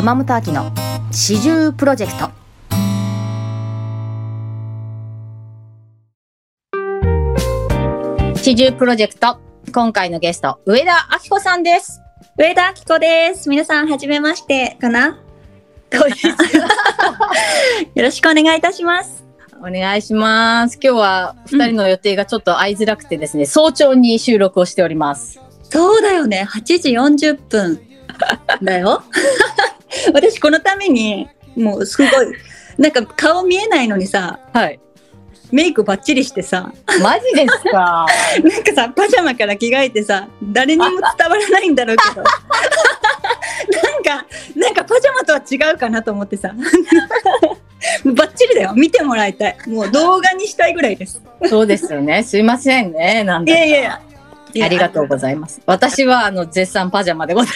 熊本秋の四十プロジェクト。四十プロジェクト、今回のゲスト上田明子さんです。 上田明子です。皆さんはじめましてかな。よろしくお願いいたします。 お願いします。今日は2人の予定がちょっと合いづらくてですね、早朝に収録をしております。 そうだよね、8時40分だよ私このためにもうすごいなんか顔見えないのにさ、 はい、 メイクバッチリしてさ、 マジですかなんかさパジャマから着替えてさ、誰にも伝わらないんだろうけどなんかパジャマとは違うかなと思ってさバッチリだよ、見てもらいたい、もう動画にしたいぐらいです。 そうですよね、すいませんね、なんだかいやありがとうございます。私は絶賛パジャマでござい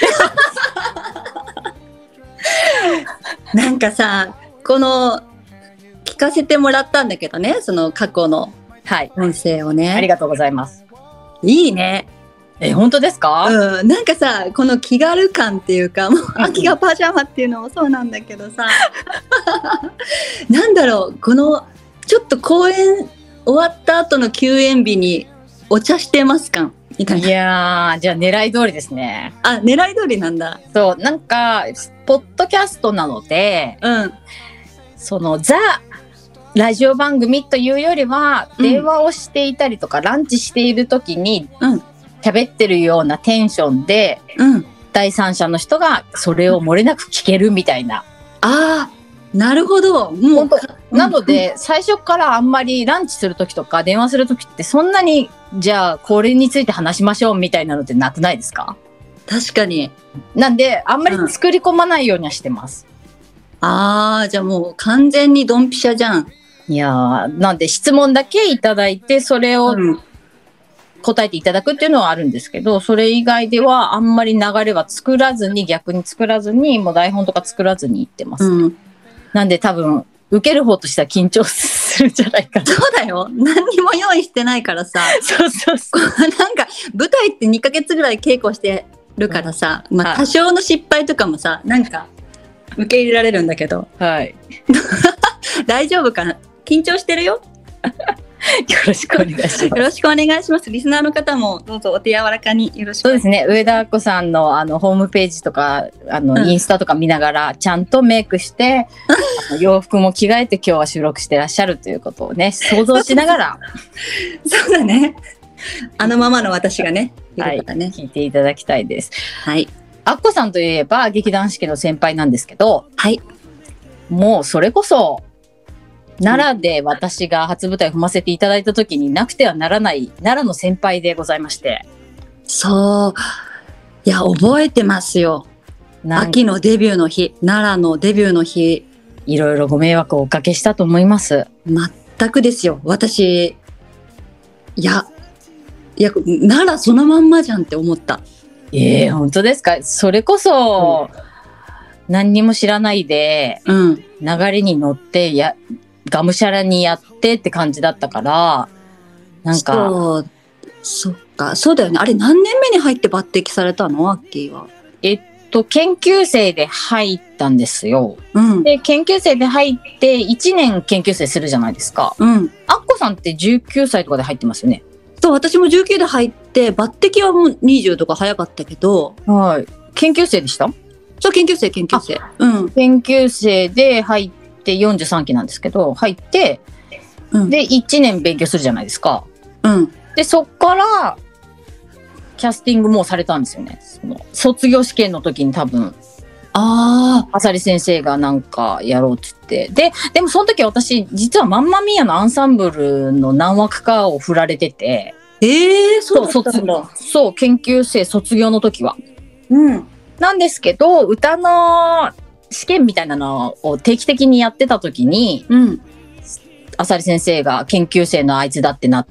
ますなんかさ、この聞かせてもらったんだけどね、その過去の音声をね、 はい、ありがとうございます。 いいね。 本当ですか？ うん、なんかさ、この気軽感っていうか、もう秋がパジャマっていうのもそうなんだけどさなんだろう、このちょっと公演終わった後の休演日にお茶してます感みたいな。 いやー、じゃあ狙い通りですね。 あ、狙い通りなんだ。 そう、なんかポッドキャストなので、そのザラジオ番組というよりは、電話をしていたりとか、ランチしている時に喋ってるようなテンションで、第三者の人がそれを漏れなく聞けるみたいな。 あー、なるほど。もうなので、最初からあんまりランチする時とか電話する時ってそんなに、じゃあこれについて話しましょうみたいなのってなくないですか？ 確かに。 なんであんまり作り込まないようにはしてます。 あー、じゃあもう完全にドンピシャじゃん。 いやー、なんで質問だけいただいて、それを答えていただくっていうのはあるんですけど、それ以外ではあんまり流れは作らずに、逆に作らずに、もう台本とか作らずに言ってます。なんで多分受ける方としては緊張するんじゃないかな。 そうだよ、何にも用意してないからさそうなんか舞台って2ヶ月ぐらい稽古してるからさ、まあ多少の失敗とかもさ、なんか受け入れられるんだけど、 はい。 大丈夫かな。緊張してるよよろしくお願いします。 よろしくお願いします。リスナーの方もどうぞお手柔らかによろしく。 そうですね、上田明子さんのホームページとかインスタとか見ながらちゃんとメイクして洋服も着替えて今日は収録してらっしゃるということをね、想像しながらそうだね、あのままの私がねいるからね、 聞いていただきたいです。 はい。 明子さんといえば劇団四季の先輩なんですけど、 はい、 もうそれこそ奈良で私が初舞台を踏ませていただいた時になくてはならない奈良の先輩でございまして。 そう、いや覚えてますよ。秋のデビューの日、奈良のデビューの日、 いろいろご迷惑をおかけしたと思います。 全くですよ。私いや奈良そのまんまじゃんって思った。 本当ですか？それこそ、何にも知らないで、流れに乗ってがむしゃらにやってって感じだったから、なんかそっか、そうだよね。あれ何年目に入って抜擢されたの？アッキーは研究生で入ったんですよ。で研究生で入って1年研究生するじゃないですか。アッコさんって19歳とかで入ってますよね。 そう、私も19で入って抜擢はもう20とか早かったけど、 研究生でした？ そう、研究生。研究生で入って43期なんですけど、入って、で1年勉強するじゃないですか。でそっからキャスティングもされたんですよね。その卒業試験の時に多分浅利先生がなんかやろうって言って、でもその時私実はマンマミーヤのアンサンブルの何枠かを振られてて、 そうだったんだ。 そう、研究生卒業の時は、なんですけど、歌の試験みたいなのを定期的にやってた時に、浅利先生が研究生のあいつだってなって、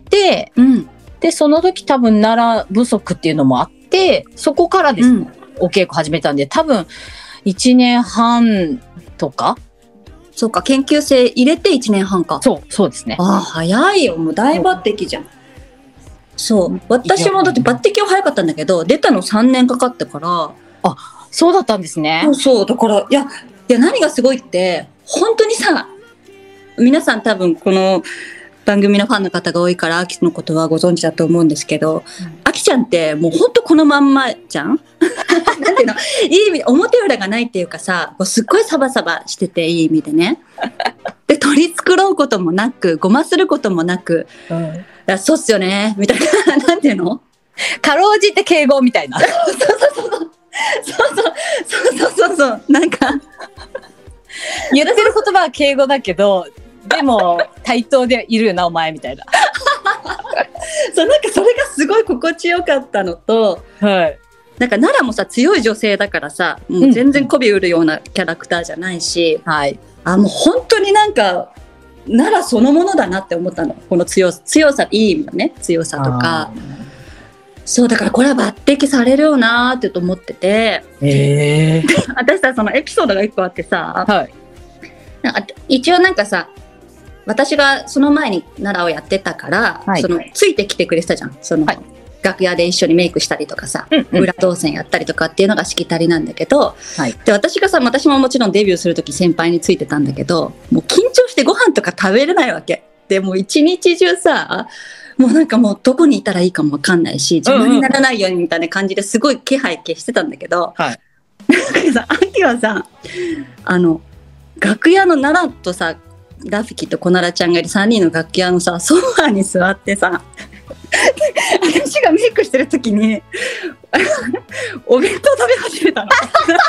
でその時多分奈良不足っていうのもあって、そこからですね、お稽古始めたんで、多分1年半とか。 そうか、研究生入れて1年半か。 そうですね。 早いよ、もう大抜擢じゃん。そう、私もだって抜擢は早かったんだけど、出たの3年かかってから。 そうだったんですね。 そうだからいや何がすごいって本当にさ、皆さん多分この番組のファンの方が多いからアキのことはご存知だと思うんですけど、アキちゃんってもう本当このまんまじゃんなんていうの、いい意味で表裏がないっていうかさ、すっごいサバサバしてていい意味でねで取り繕うこともなくごますることもなく、そうっすよねみたいななんていうの、 かろうじて敬語みたいなそうなんか言ってる言葉は敬語だけどでも対等でいるよなお前みたいなそうなんかそれがすごい心地よかったのと、はい、なんか奈良もさ強い女性だからさ、もう全然媚び売るようなキャラクターじゃないし、はい、もう本当になんか奈良そのものだなって思ったの。この強さ、いい意味のね強さとか、そうだからこれは抜擢されるよなーって思ってて、私さそのエピソードが1個あってさ、はい、なんか一応なんかさ私がその前に奈良をやってたから、はい、そのついてきてくれてたじゃん、その、はい、楽屋で一緒にメイクしたりとかさ、裏動線やったりとかっていうのがしきたりなんだけど、はい、で私ももちろんデビューする時先輩についてたんだけど、もう緊張してご飯とか食べれないわけで、もう一日中さもうなんかもうどこにいたらいいかも分かんないし邪魔にならないようにみたいな感じですごい気配消してたんだけど、はい、なんかさ秋はさ楽屋の奈良とさラフィキと小奈良ちゃんがいる3人の楽屋のさソファーに座ってさ私がメイクしてる時にお弁当食べ始めたの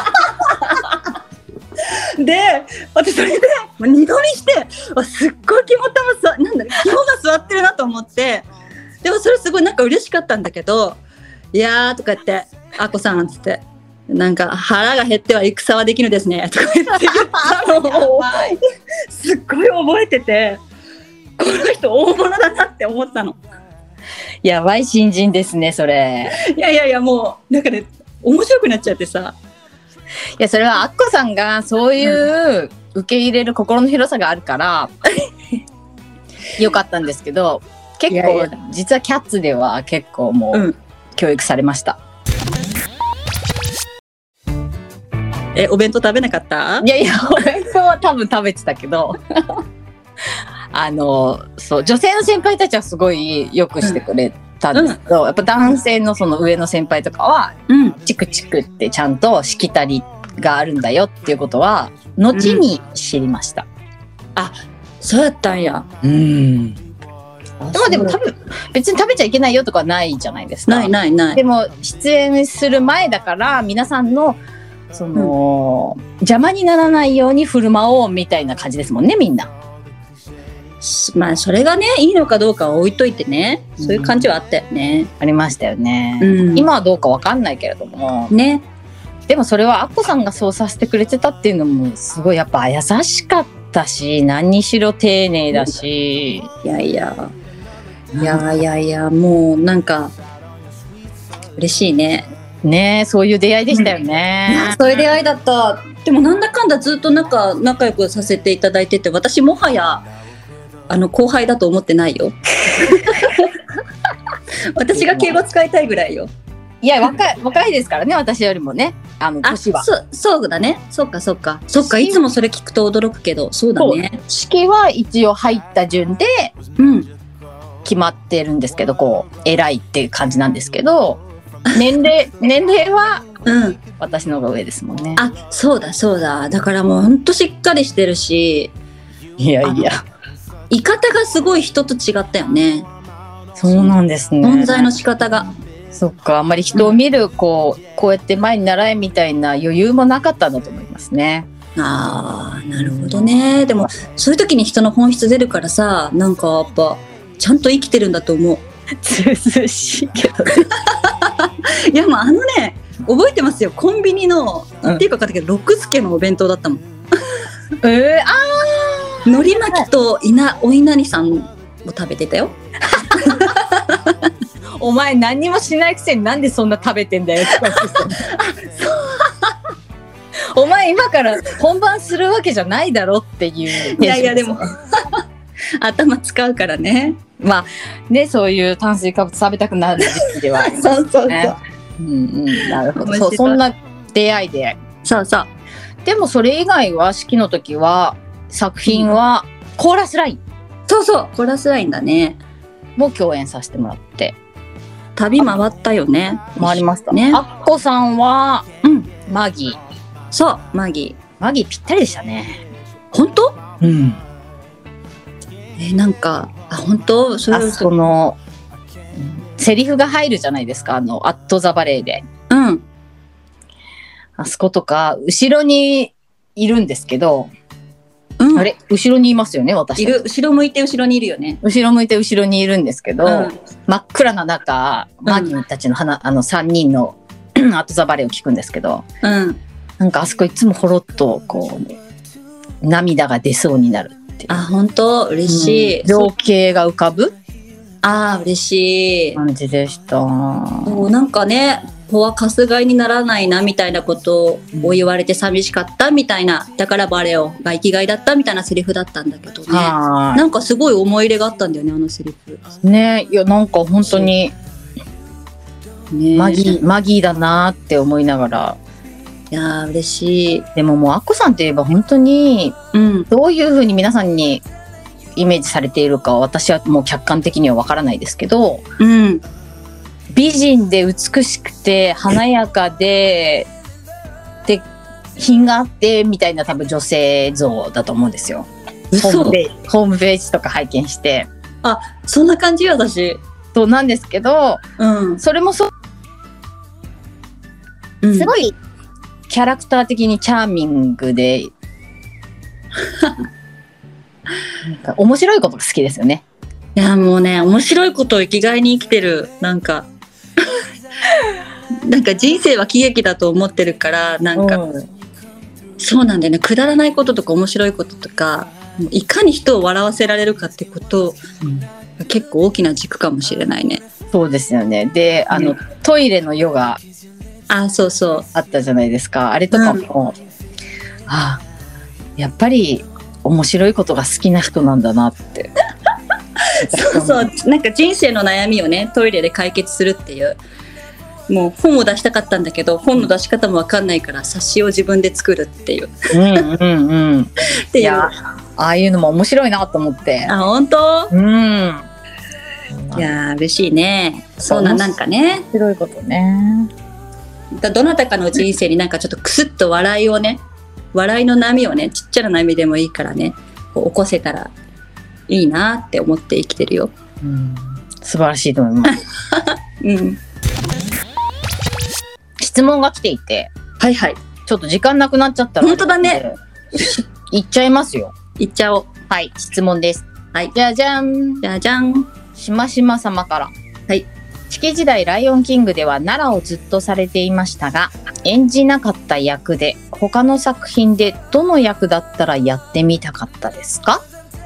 で私それで二度見してすっごい肝が座ってるなと思って、でもそれすごいなんか嬉しかったんだけど、いやーとか言ってあこさんつってなんか腹が減っては戦はできるですねとか言って言ったのをすっごい覚えてて、この人大物だなって思ったの。 やばい新人ですねそれ。 いやもうなんかね面白くなっちゃってさ、 いやそれはアッコさんがそういう受け入れる心の広さがあるからよかったんですけど、結構実はキャッツでは結構もう教育されました。 お弁当食べなかった？ いやお弁当は多分食べてたけどそう女性の先輩たちはすごいよくしてくれたんですけど、やっぱ男性のその上の先輩とかは、チクチクってちゃんとしきたりがあるんだよっていうことは後に知りました。 あ、そうやったんや。 でも多分別に食べちゃいけないよとかないじゃないですか。 ない。 でも出演する前だから皆さんのその、邪魔にならないように振る舞おうみたいな感じですもんね、みんな。 まあそれがねいいのかどうかは置いといてね、そういう感じはあったよね。 ありましたよね。今はどうかわかんないけれどもね。 でもそれはアッコさんがそうさせてくれてたっていうのもすごいやっぱ優しかったし、何にしろ丁寧だし、 いやもうなんか嬉しいね。 ね、そういう出会いでしたよね。 そういう出会いだった。でもなんだかんだずっと仲良くさせていただいてて、私もはや後輩だと思ってないよ私が敬語使いたいぐらいよ。 いや若いですからね、私よりもね、年は。 そうだね。そっかいつもそれ聞くと驚くけど、そうだね。 式は一応入った順で決まってるんですけど、こう偉いっていう感じなんですけど、年齢は私の方が上ですもんね。 あ、そうだ。だからもうほんとしっかりしてるし、 いや言い方がすごい人と違ったよね。 そうなんですね。 存在の仕方が。 そっか、あんまり人を見るこうやって前に習えみたいな余裕もなかったんだと思いますね。 ああ、なるほどね。でもそういう時に人の本質出るからさ、なんかやっぱちゃんと生きてるんだと思う。 ずうずうしいけどいやもう覚えてますよ。コンビニのっていうか分かったけど六助のお弁当だったもん。海苔巻きとお稲荷さんを食べてたよお前何にもしないくせになんでそんな食べてんだよお前今から本番するわけじゃないだろっていう。 いやでも頭使うからね。 まあね、そういう炭水化物食べたくなる時期ではありますね。そう、なるほど。そんな出会いで。 そうそう。 でもそれ以外は式の時は作品はコーラスライン。 そうそう、コーラスラインだね。 も共演させてもらって。 旅回ったよね。 回りましたね。アッコさんは、マギー。 そう、マギーぴったりでしたね。 本当？ うん。 なんか、本当？ そのセリフが入るじゃないですか、アットザバレーで。 うん。 あそことか、後ろにいるんですけど、あれ後ろにいますよね、私。 後ろ向いて後ろにいるよね。 後ろ向いて後ろにいるんですけど、真っ暗な中、マギーたちの3人のアットザバレーを聞くんですけど、なんかあそこいつもほろっとこう涙が出そうになるっていう。 本当嬉しい。 情景が浮かぶ。 嬉しい感じでした。 なんかね、子はかすがいにならないなみたいなことを言われて寂しかったみたいな、だからバレエが生きがいだったみたいなセリフだったんだけどね。なんかすごい思い入れがあったんだよね、あのセリフ。 ね、いやなんか本当に、マギーだなって思いながら。 いや嬉しい。 でももうアッコさんといえば本当に、どういう風に皆さんにイメージされているかは私はもう客観的にはわからないですけど、美人で美しくて華やかで品があってみたいな多分女性像だと思うんですよ。ホームページとか拝見して。 そんな感じよ私。 そうなんですけど、それもすごいキャラクター的にチャーミングでなんか面白いことが好きですよね。 いやもうね、面白いことを生きがいに生きてる。なんか人生は喜劇だと思ってるから、なんか、そうなんだよね。くだらないこととか面白いこととか、いかに人を笑わせられるかってことが結構大きな軸かもしれないね。 そうですよね。で、トイレのヨガそうそうあったじゃないですか。あれとかも、やっぱり面白いことが好きな人なんだなってそうそう、なんか人生の悩みをね、トイレで解決するっていう。もう本を出したかったんだけど、本の出し方も分かんないから冊子を自分で作るっていうっていう。いや、 ああいうのも面白いなと思って。 本当？いや嬉しいね。そうなんかね、 面白いことね。 どなたかの人生になんかちょっとクスッと笑いをね、笑いの波をね、ちっちゃな波でもいいからね、こう起こせたらいいなって思って生きてるよ。 素晴らしいと思います。質問が来ていて、ちょっと時間なくなっちゃったら、 本当だね。 いっちゃいますよ。 いっちゃおう。 質問です。じゃじゃん。しましま様から。式時代ライオンキングでは奈良をずっとされていましたが、演じなかった役で他の作品でどの役だったらやってみたかったですか？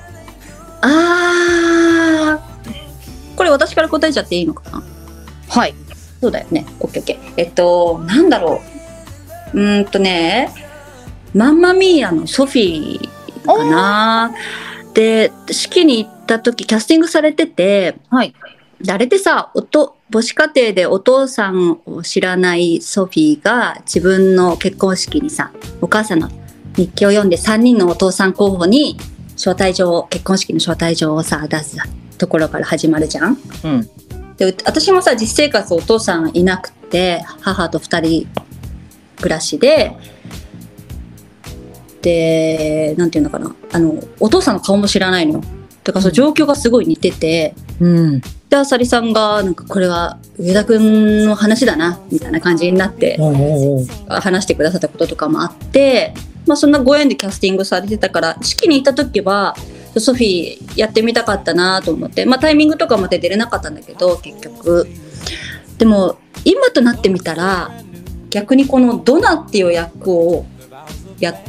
これ私から答えちゃっていいのかな？そうだよね。オッケー。なんだろう。マンマミーアのソフィーかな。で、式に行った時キャスティングされてて、あれでさ、母子家庭でお父さんを知らないソフィーが自分の結婚式にさ、お母さんの日記を読んで3人のお父さん候補に結婚式の招待状をさ出すところから始まるじゃん。で、私もさ、実生活お父さんいなくて、母と2人暮らしで、なんていうのかな、お父さんの顔も知らないのよ。だからその状況がすごい似てて、で、あさりさんがなんかこれは上田くんの話だなみたいな感じになって話してくださったこととかもあって、そんなご縁でキャスティングされてたから、式に行った時はソフィーやってみたかったなと思って、タイミングとかまで出れなかったんだけど、結局でも今となってみたら逆にこのドナっていう役をやって、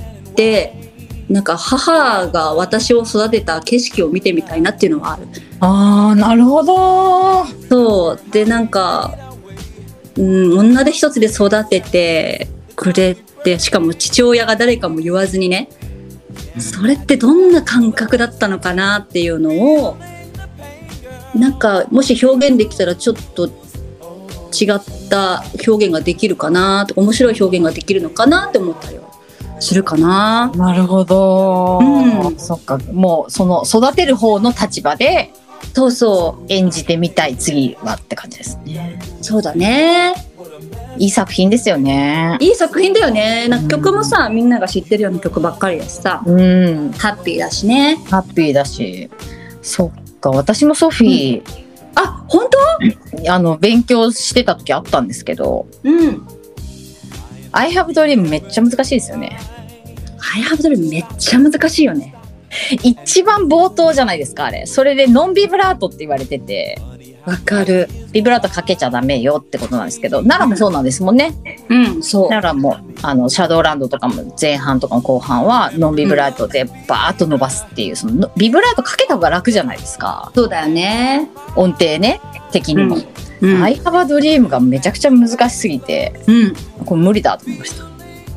なんか母が私を育てた景色を見てみたいなっていうのはある。 なるほど。 そうで、なんか、女手一つで育ててくれて、しかも父親が誰かも言わずにね、それってどんな感覚だったのかなっていうのを、なんかもし表現できたらちょっと違った表現ができるかなとか、面白い表現ができるのかなって思ったりはするかな。 なるほど、そっか、もうその育てる方の立場でそうそう演じてみたい次はって感じですね。 そうだね、 いい作品ですよね。 いい作品だよね。なんか曲もさ、みんなが知ってるような曲ばっかりだしさ、ハッピーだしね。 ハッピーだし、そっか、私もソフィー、 あ、本当？ 勉強してた時あったんですけど、I have dream めっちゃ難しいですよね。 I have dream めっちゃ難しいよね。 一番冒頭じゃないですか、あれ。それでノンビブラートって言われてて、 わかる。 ビブラートかけちゃダメよってことなんですけど、奈良もそうなんですもんね。そう。奈良もシャドーランドとかも前半とかも後半はノンビブラートでバーッと伸ばすっていう、そのビブラートかけた方が楽じゃないですか。 そうだよね。 音程ね、的にも。I have a dream がめちゃくちゃ難しすぎて、これ無理だと思いました。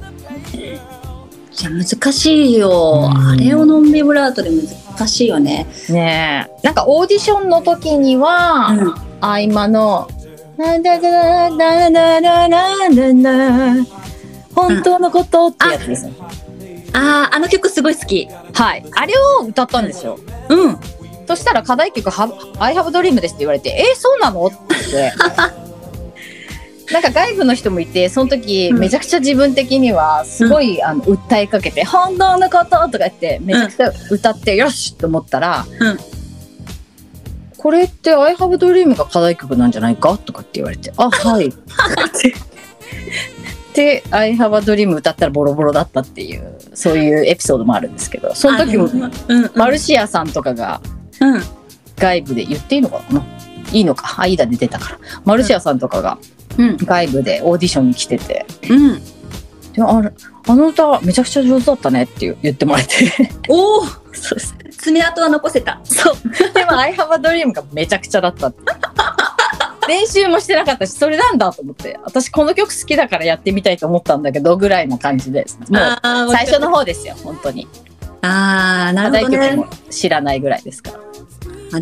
いや難しいよ、あれをノンビブラートで難しいよね。 ねえ、なんかオーディションの時には、合間の本当のことってやつですね。 あの曲すごい好き。 はい、あれを歌ったんですよ。そしたら課題曲I have dream ですって言われて、そうなのって言ってなんか外部の人もいて、その時めちゃくちゃ自分的にはすごい、訴えかけて本当のこととか言ってめちゃくちゃ歌って、よしと思ったら、これって I have dream が課題曲なんじゃないかとかって言われて、あ、はいで I have a dream 歌ったらボロボロだったっていう、そういうエピソードもあるんですけど、その時もマルシアさんとかが外部で言っていいのかな、いいのか、アイダで出たから、マルシアさんとかが外部でオーディションに来てて、であの歌めちゃくちゃ上手だったねって言ってもらえておお、爪痕は残せた。 そうでも I have a dream がめちゃくちゃだったって練習もしてなかったし、それなんだと思って、私この曲好きだからやってみたいと思ったんだけどぐらいな感じです。もう最初の方ですよ、本当に。 なるほどね。 課題曲も知らないぐらいですから。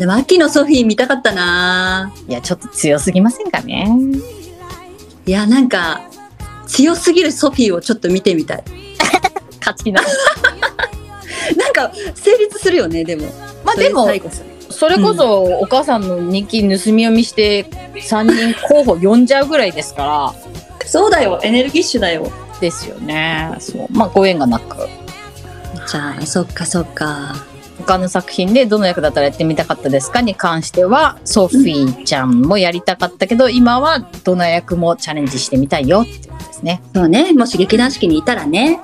でも秋のソフィー見たかったな。 いやちょっと強すぎませんかね。 いやなんか強すぎるソフィーをちょっと見てみたい勝ちななんか成立するよね。でもでもそれこそお母さんの日記盗み読みして3人候補呼んじゃうぐらいですからそうだよ、エネルギッシュだよ。 ですよね。そう、ご縁がなく。 じゃあそっかそっか。 他の作品でどの役だったらやってみたかったですかに関しては、ソフィーちゃんもやりたかったけど、今はどの役もチャレンジしてみたいよってことですね。 そうね、もし劇団四季にいたらね。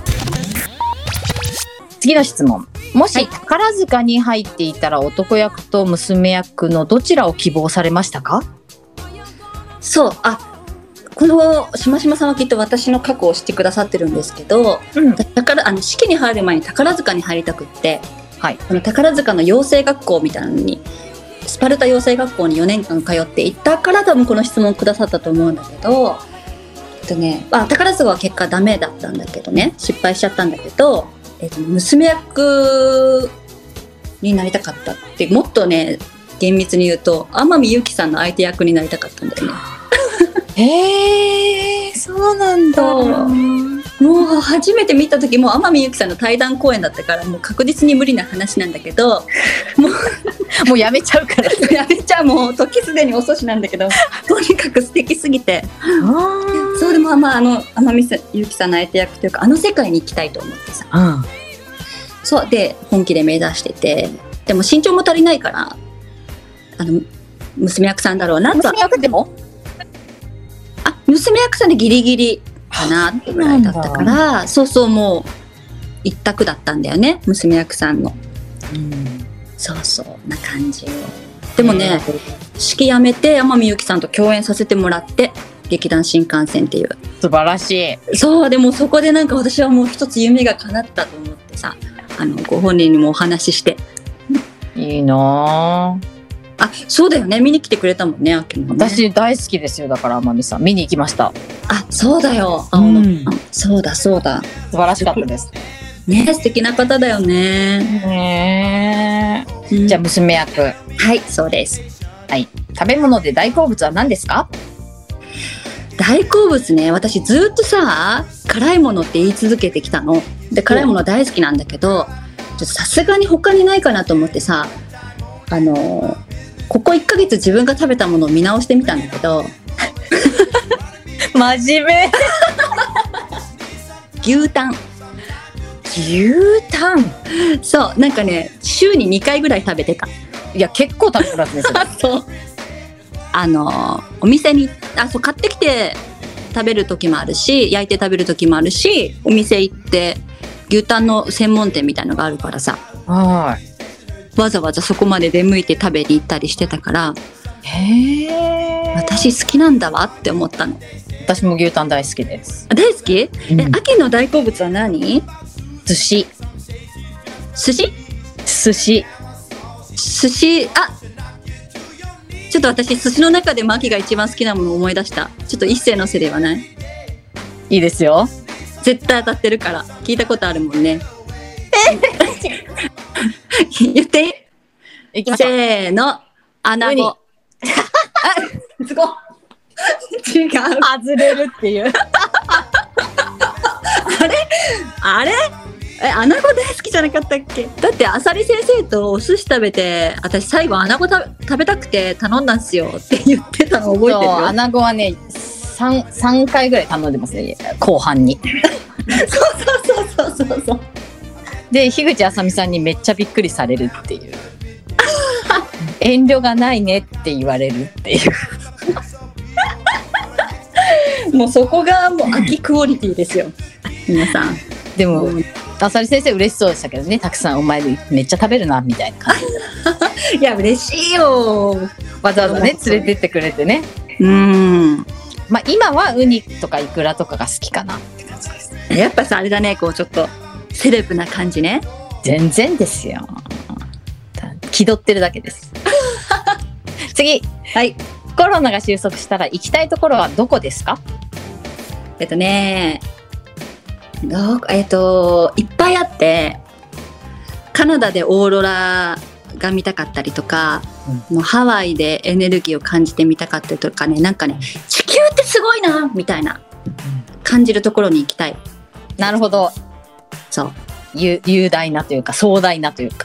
次の質問。もし宝塚に入っていたら男役と娘役のどちらを希望されましたか？ そう、このしましまさんはきっと私の過去を知ってくださってるんですけど、式に入る前に宝塚に入りたくって、この宝塚の養成学校みたいなのに、スパルタ養成学校に4年間通っていたから多分この質問くださったと思うんだけど、宝塚は結果ダメだったんだけどね、失敗しちゃったんだけど、娘役になりたかったって、もっとね厳密に言うと天海祐希さんの相手役になりたかったんだよね。 そうなんだ。 もう初めて見た時も天海祐希さんの対談公演だったから、もう確実に無理な話なんだけどもうやめちゃうからやめちゃう、もう時すでに遅しなんだけどとにかく素敵すぎて、そうでも天海祐希さんの相手役というか、世界に行きたいと思ってさ、そうで本気で目指してて、でも身長も足りないから娘役さんだろうなと。 娘役でも娘役さんでギリギリかなってぐらいだったから、そうもう一択だったんだよね、娘役さんの。そうな感じ。でもね、式辞めて天海祐希さんと共演させてもらって、劇団新幹線っていう。 素晴らしい。 そう、でもそこでなんか私はもう一つ夢が叶ったと思ってさ、ご本人にもお話しして。 いいなぁ。 そうだよね、見に来てくれたもんね、秋もね。 私大好きですよ、だから天海さん見に行きました。 そうだよ、そうだ素晴らしかったですね。素敵な方だよね。 じゃあ娘役。 はい、そうです。 はい。食べ物で大好物は何ですか？ 大好物ね。私ずっとさ、辛いものって言い続けてきたので、辛いもの大好きなんだけど、さすがに他にないかなと思ってさ、ここ1ヶ月自分が食べたものを見直してみたんだけど真面目牛タン。 牛タン。 そう、なんかね、週に2回ぐらい食べてた。 いや、結構食べてますね。 そうお店にそう買ってきて食べる時もあるし、焼いて食べる時もあるし、お店行って牛タンの専門店みたいのがあるからさ、 はい、 わざわざそこまで出向いて食べに行ったりしてたから、 へー、 私好きなんだわって思ったの。 私も牛タン大好きです。 大好き？秋の大好物は何？ 寿司。 寿司？ 寿司。 寿司、ちょっと私寿司の中でも秋が一番好きなものを思い出した。ちょっと一世のせではない？ いいですよ。 絶対当たってるから聞いたことあるもんね。言っていい？せーの、アナゴ。すごい。違う。 外れるっていう。 あれアナゴ大好きじゃなかったっけ？だってあさり先生とお寿司食べて、私最後アナゴ食べたくて頼んだんすよって言ってたの覚えてるよ。 アナゴはね 3回ぐらい頼んでますね、後半に。 そうで、樋口あさみさんにめっちゃびっくりされるっていう遠慮がないねって言われるっていうもうそこがもう秋クオリティですよ皆さん。 でもあさり先生嬉しそうでしたけどね、たくさんお前めっちゃ食べるなみたいな感じいや嬉しいよ、 わざわざね連れてってくれてね。まあ今はウニとかイクラとかが好きかなって感じです。 やっぱさあれだね、こうちょっとセレブな感じね。 全然ですよ、気取ってるだけです次、 はい、 コロナが収束したら行きたいところはどこですか？ いっぱいあって、カナダでオーロラが見たかったりとか、もうハワイでエネルギーを感じてみたかったりとかね、なんかね、地球ってすごいなみたいな感じるところに行きたい。 なるほど。 そう、 雄大なというか壮大なというか。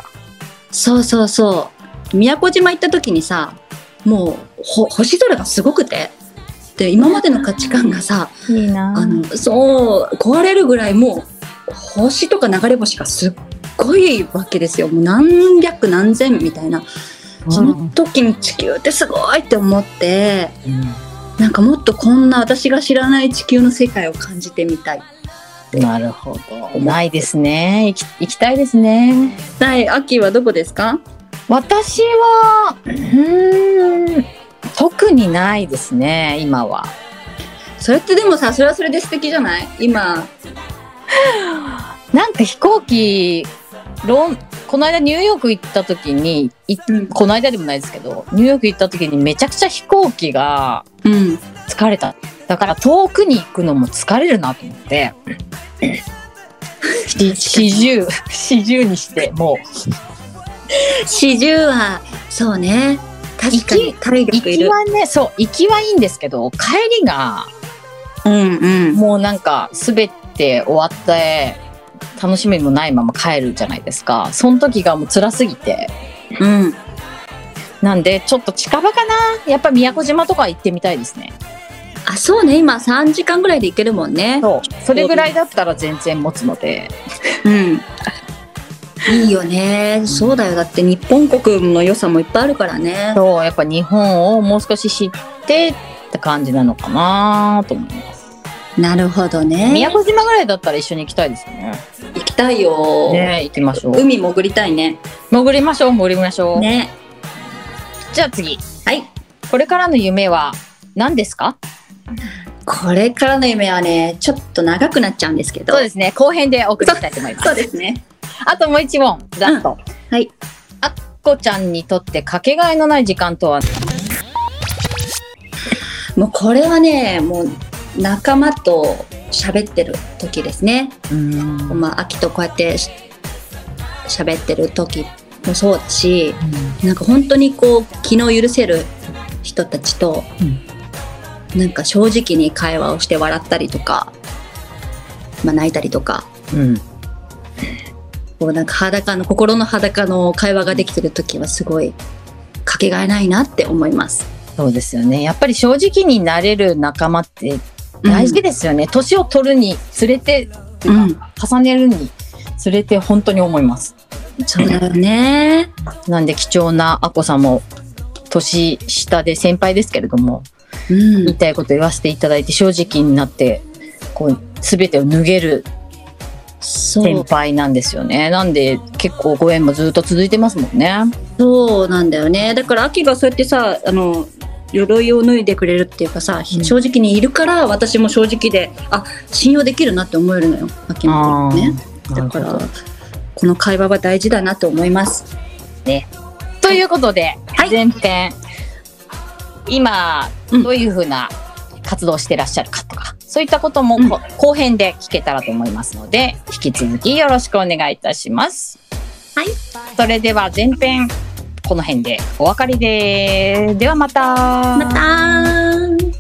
そう宮古島行った時にさ、もう星空がすごくて、で今までの価値観がさ、 いいな、 そう壊れるぐらい、もう星とか流れ星がすっごいわけですよ。もう何百何千みたいな。その時に地球ってすごいって思って、なんかもっとこんな私が知らない地球の世界を感じてみたい。 なるほど。ないですね。行きたいですね。 秋はどこですか？ 私は特にないですね、今は。 それってでもさ、それはそれで素敵じゃない？今なんか飛行機この間ニューヨーク行った時に、この間でもないですけど、ニューヨーク行った時にめちゃくちゃ飛行機が疲れた、だから遠くに行くのも疲れるなと思って40にしてもう 40はそうね、確かに体力いる。 行きはね、そう行きはいいんですけど、帰りがもうなんか全て終わって楽しみもないまま帰るじゃないですか。その時がもう辛すぎて、なんでちょっと近場かな、やっぱ宮古島とか行ってみたいですね。 そうね、今3時間ぐらいで行けるもんね。 それぐらいだったら全然持つので、 いいよね。そうだよ、だって日本国の良さもいっぱいあるからね。 そう、やっぱ日本をもう少し知ってって感じなのかなと思います。 なるほどね。 宮古島ぐらいだったら一緒に行きたいですよね。 行きたいよね。行きましょう。 海潜りたいね。 潜りましょうね。 じゃあ次、 はい、 これからの夢は何ですか？ これからの夢はね、ちょっと長くなっちゃうんですけど、 そうですね、後編でお送りしたいと思います。 そうですね。 あともう一問、ラスト。 はい。 あっこちゃんにとってかけがえのない時間とは？ もうこれはね、もう仲間と喋ってる時ですね。秋とこうやって喋ってる時もそうだし、なんか本当にこう気の許せる人たちとなんか正直に会話をして笑ったりとか、泣いたりとか、こうなんか心の裸の会話ができてる時はすごいかけがえないなって思います。 そうですよね。やっぱり正直になれる仲間って大事ですよね。年を取るにつれて、重ねるにつれて本当に思います。 そうだよね。 なんで貴重なあこさんも年下で先輩ですけれども、言いたいこと言わせていただいて正直になってこう全てを脱げる先輩なんですよね。なんで結構ご縁もずっと続いてますもんね。 そうなんだよね。だから秋がそうやってさ、鎧を脱いでくれるっていうかさ、正直にいるから私も正直で信用できるなって思えるのよ、秋の子ね。だからこの会話は大事だなと思いますね。 ということで、前編今どういう風な活動をしてらっしゃるかとか、そういったことも後編で聞けたらと思いますので、引き続きよろしくお願いいたします。 はい。 それでは前編この辺でお別れで。ではまた。 また。